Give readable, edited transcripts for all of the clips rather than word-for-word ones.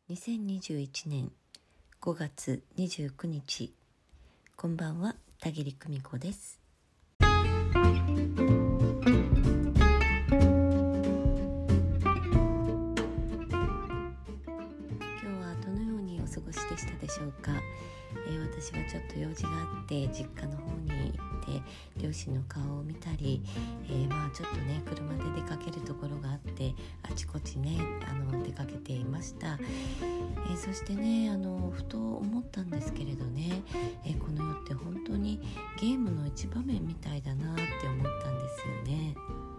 2021年5月29日、こんばんは、田切久美子です。今日はどのようにお過ごしでしたでしょうか。私はちょっと用事があって実家の方に行って両親の顔を見たり、ちょっとね車で出かけるところがあってあちこちね出かけていました。そしてねふと思ったんですけれどね、この世って本当にゲームの一場面みたいだなって思ったんですよね。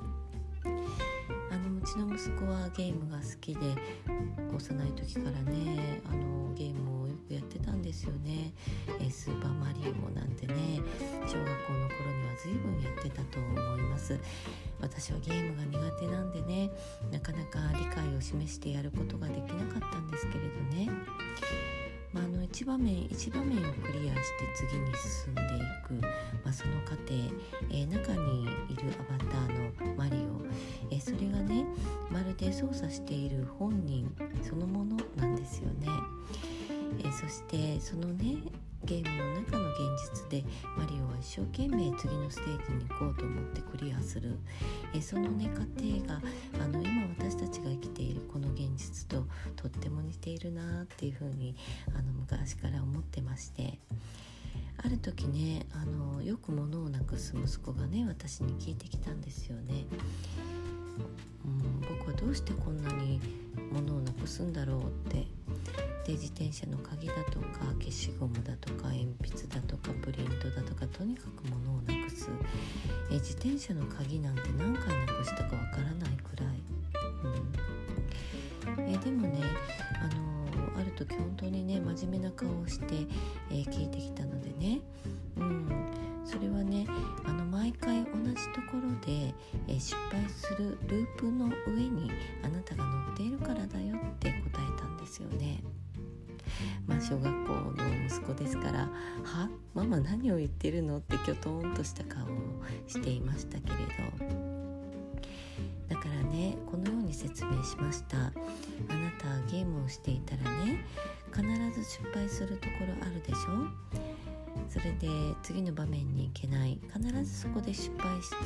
うちの息子はゲームが好きで幼い時からねゲームをよくやってたんですよね。スーパーマリオなんてね小学校の頃には随分やってたと思います。私はゲームが苦手なんでねなかなか理解を示してやることができなかったんですけれどね、一場面をクリアして次に進んでいく、その過程、中にいるアバターのマリオ、それがねまるで操作している本人そのものなんですよね。そしてそのねゲームの中の現実でマリオは一生懸命次のステージに行こうと思ってクリアする、そのね過程が今私たちが生きているこの現実ととっても似ているなっていうふうに昔から思ってまして、ある時ねよく物をなくす息子がね私に聞いてきたんですよね。僕はどうしてこんなに物をなくすんだろうって。で自転車の鍵だとか消しゴムだとか鉛筆だとかプリントだとかとにかく物をなくす。自転車の鍵なんて何回なくしたかわからないくらい、でもねある時本当にね真面目な顔をして、聞いてきたのでね、それはね毎回同じところで、失敗するループの上にあなたが乗っているからだよって答えたんですよね。小学校の息子ですからはママ何を言ってるのってきょとんとした顔をしていましたけれど、だからねこのように説明しました。あなたゲームをしていたらね必ず失敗するところあるでしょ。それで次の場面に行けない、必ずそこで失敗して、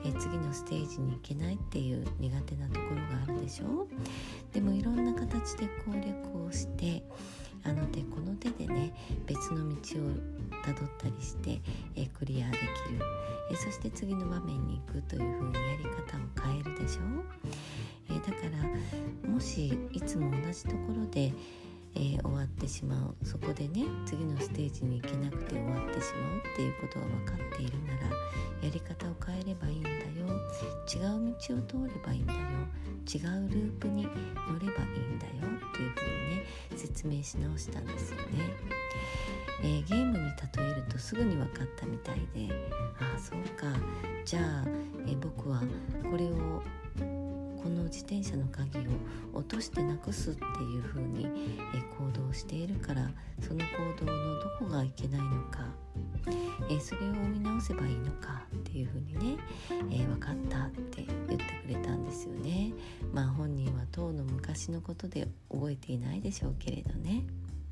次のステージに行けないっていう苦手なところがあるでしょ。でもいろんな形で攻略をして手この手でね別の道をたどったりして、クリアできる、そして次の場面に行くというふうにやり方を変えるでしょ。だからもしいつも同じところで終わってしまう、そこでね次のステージに行けなくて終わってしまうっていうことが分かっているならやり方を変えればいいんだよ、違う道を通ればいいんだよ、違うループに乗ればいいんだよっていうふうにね説明し直したんですよね。ゲームに例えるとすぐに分かったみたいで、そうか、じゃあ、僕はこの自転車の鍵を落としてなくすっていう風に、行動しているからその行動のどこがいけないのか、それを見直せばいいのかっていう風にね、分かったって言ってくれたんですよね。本人は当の昔のことで覚えていないでしょうけれどね、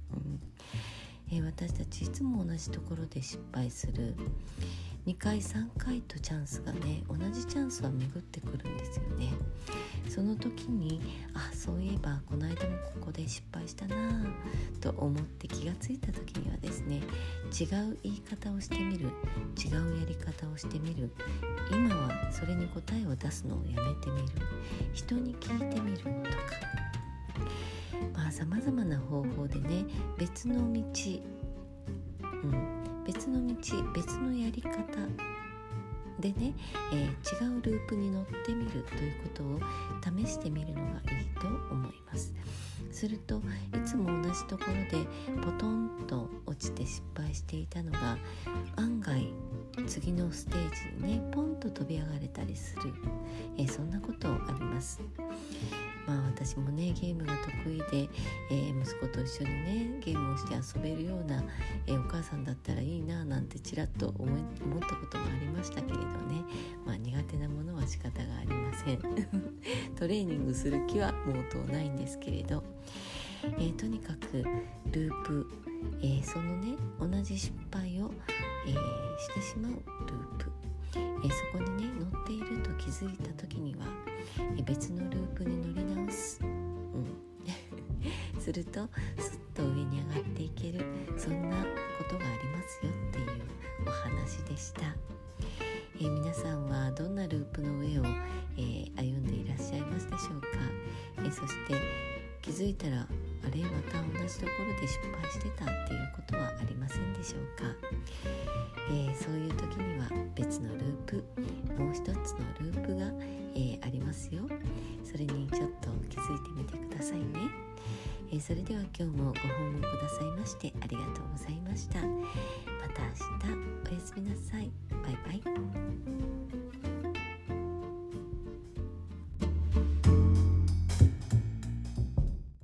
私たちいつも同じところで失敗する。2回3回とチャンスがね同じチャンスは巡ってくるんですよね。その時にそういえばこの間もここで失敗したなと思って気がついた時にはですね違う言い方をしてみる、違うやり方をしてみる、今はそれに答えを出すのをやめてみる、人に聞いてみるとか、様々な方法でね別の道、別のやり方でね、違うループに乗ってみるということを試してみるのがいいと思います。するといつも同じところでポトンと落ちて失敗していたのが案外次のステージにねポンと飛び上がれたりする、そんなことあります。私もねゲームが得意で、息子と一緒にねゲームをして遊べるような、お母さんだったらいいななんてちらっと思ったこともありましたけれどね、苦手なものは仕方がありませんトレーニングする気は毛頭ないんですけれど、 とにかくループ、そのね同じ失敗を、してしまうループ、そこにね乗っていると気づいた時には、別のループに乗り直す、するとすっと上に上がっていける、そんなことがありますよっていうお話でした。皆さんはどんなループの上を、歩んでいらっしゃいますでしょうか。そして気づいたらあれまた同じところで失敗してたっていうことはありませんでしょうか。そういう時には別のループ、もう一つのループが、ありますよ。それにちょっと気づいてみてくださいね。それでは今日もご訪問くださいましてありがとうございました。また明日おやすみなさい。バイバイ。